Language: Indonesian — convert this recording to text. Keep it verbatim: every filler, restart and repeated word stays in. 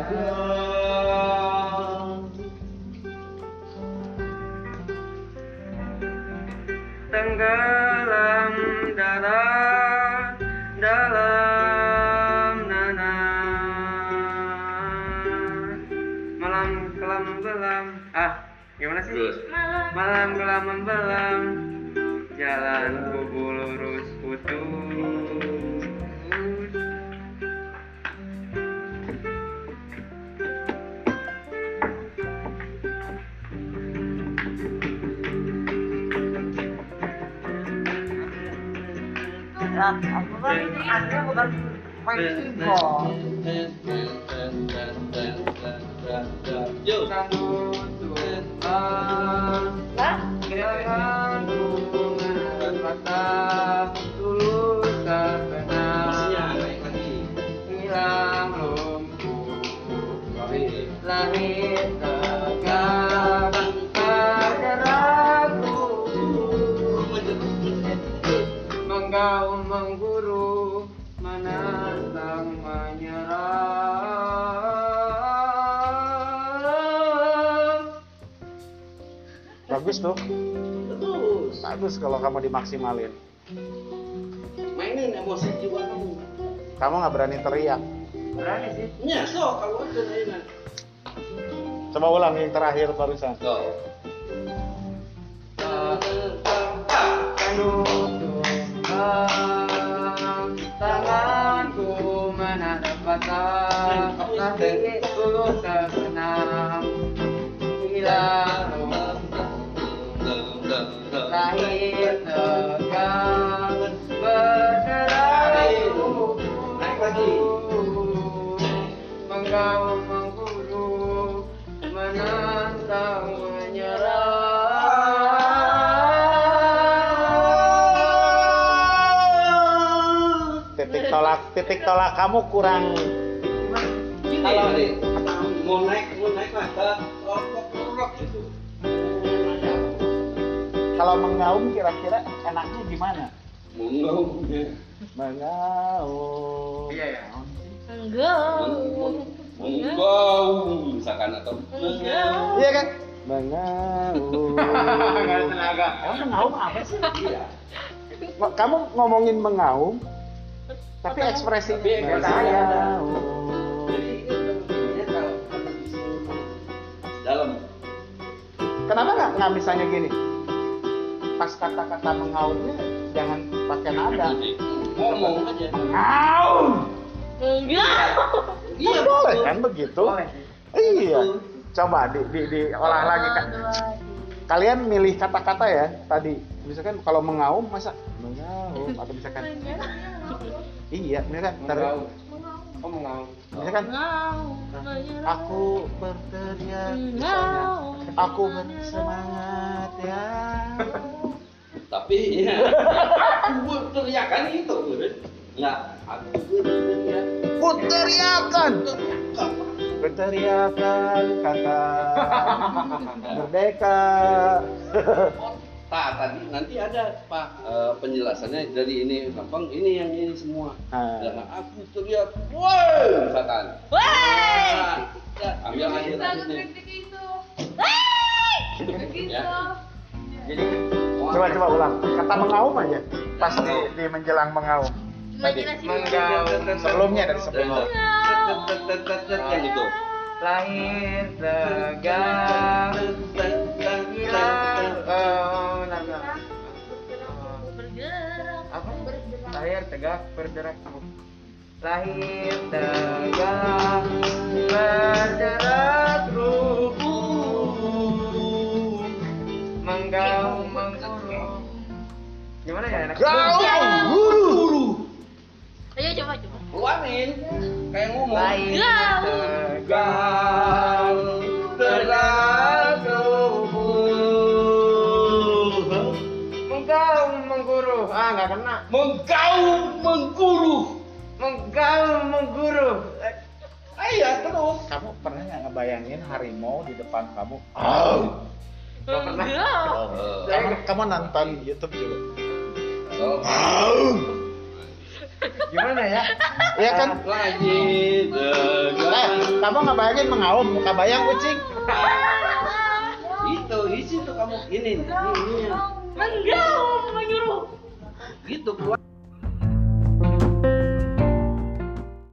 Tenggelam dalam dalam nanah, malam kelam belam. Ah, gimana sih? Terus. Malam kelam membelam, jalanku lurus putus. Ya, aku kan aslinya bukan main keyboard. Yuk. Kan tutup ah, Lah, jangan bunga patah tulus tak Masnya kenal, naik lagi. hilang lumpuh, Baik. lahir tegak pada ragu, menggaung mengguru, menantang menyerah. Bagus tuh, Terus. bagus kalau kamu dimaksimalin. Mainin emosi jiwa kamu. Kamu nggak berani teriak. Berani sih. Ya, so kalau ada enak. Coba ulang yang terakhir barusan. So. Tanganku menatap patah, hatiku terbenam, hilang lahir tegak berderai, Naik lagi. menggaung mengguru, menantang menyerah. Titik tolak, titik tolak kamu kurang. Ini Kalau- Ade. Mau naik, mau naik lah ke rokok rokok gitu. Kalau mengaum kira-kira enaknya gimana? Mau ngaumnya. Mengaum. Iya ya. enggak. Menggaung misalkan atau Enggak. Iya kan? Mengaum. Nggak ada tenaga. Emang mengaum apa sih? iya. Ngo- Kamu ngomongin mengaum, tapi ekspresi Tapi ekspresi ada. mengaum. Jadi ini kalau dalam Kenapa nggak nggak misalnya gini? Pas kata-kata mengaumnya jangan pakai nada. ngomong aja. Mengaum. Enggak. Iya Boleh betul. kan begitu? Boleh sih. Iya. Coba di, di, diolah lagi kan. Kalian milih kata-kata ya tadi. Misalkan kalau mengaum masa mengaum atau misalkan iya, misalkan ter, Mengaum. Oh mengaum. misalkan aku berteriak misalnya aku bersemangat ya. Tapi ya aku berteriakan itu kan. Enggak, aku berteriak. Berteriakan. Berteriakan kata merdeka. Nah, tadi nanti ada Pak eh, penjelasannya dari ini gampang, ini yang ini semua. Ah. Jangan aku teriak, woi, misalkan. Woi. Nah, ya, ambil aja lanjutnya. Ya. Jadi Coba coba ulang. Kata mengaum aja. Pas di, di menjelang mengaum. Tadi. menggaum Sebelumnya dari sebelumnya. Yang itu. lahir tegak hilang oh naga apa lahir tegak bergerak lahir tegak bergerak rubuh menggaung mengguru gimana ya enak Gaung guru. Ayo coba coba. Keluarin, kayak ngomong. lahir Gaung. tegak bergerak rubuh menggaung mengguru ah nggak kena Menggaung mengguru. menggaung mengguru Ayo terus. Kamu pernah nggak ngebayangin harimau di depan kamu? Oh. Enggak. Kamu, kamu nonton YouTube juga. Oh. Gimana ya? Iya kan? Lagi Eh, dengan kamu nggak bayangin mengaum, muka bayang kucing. itu isi tuh kamu ini ini ini Enggak, mau nyuruh. gitu keluar.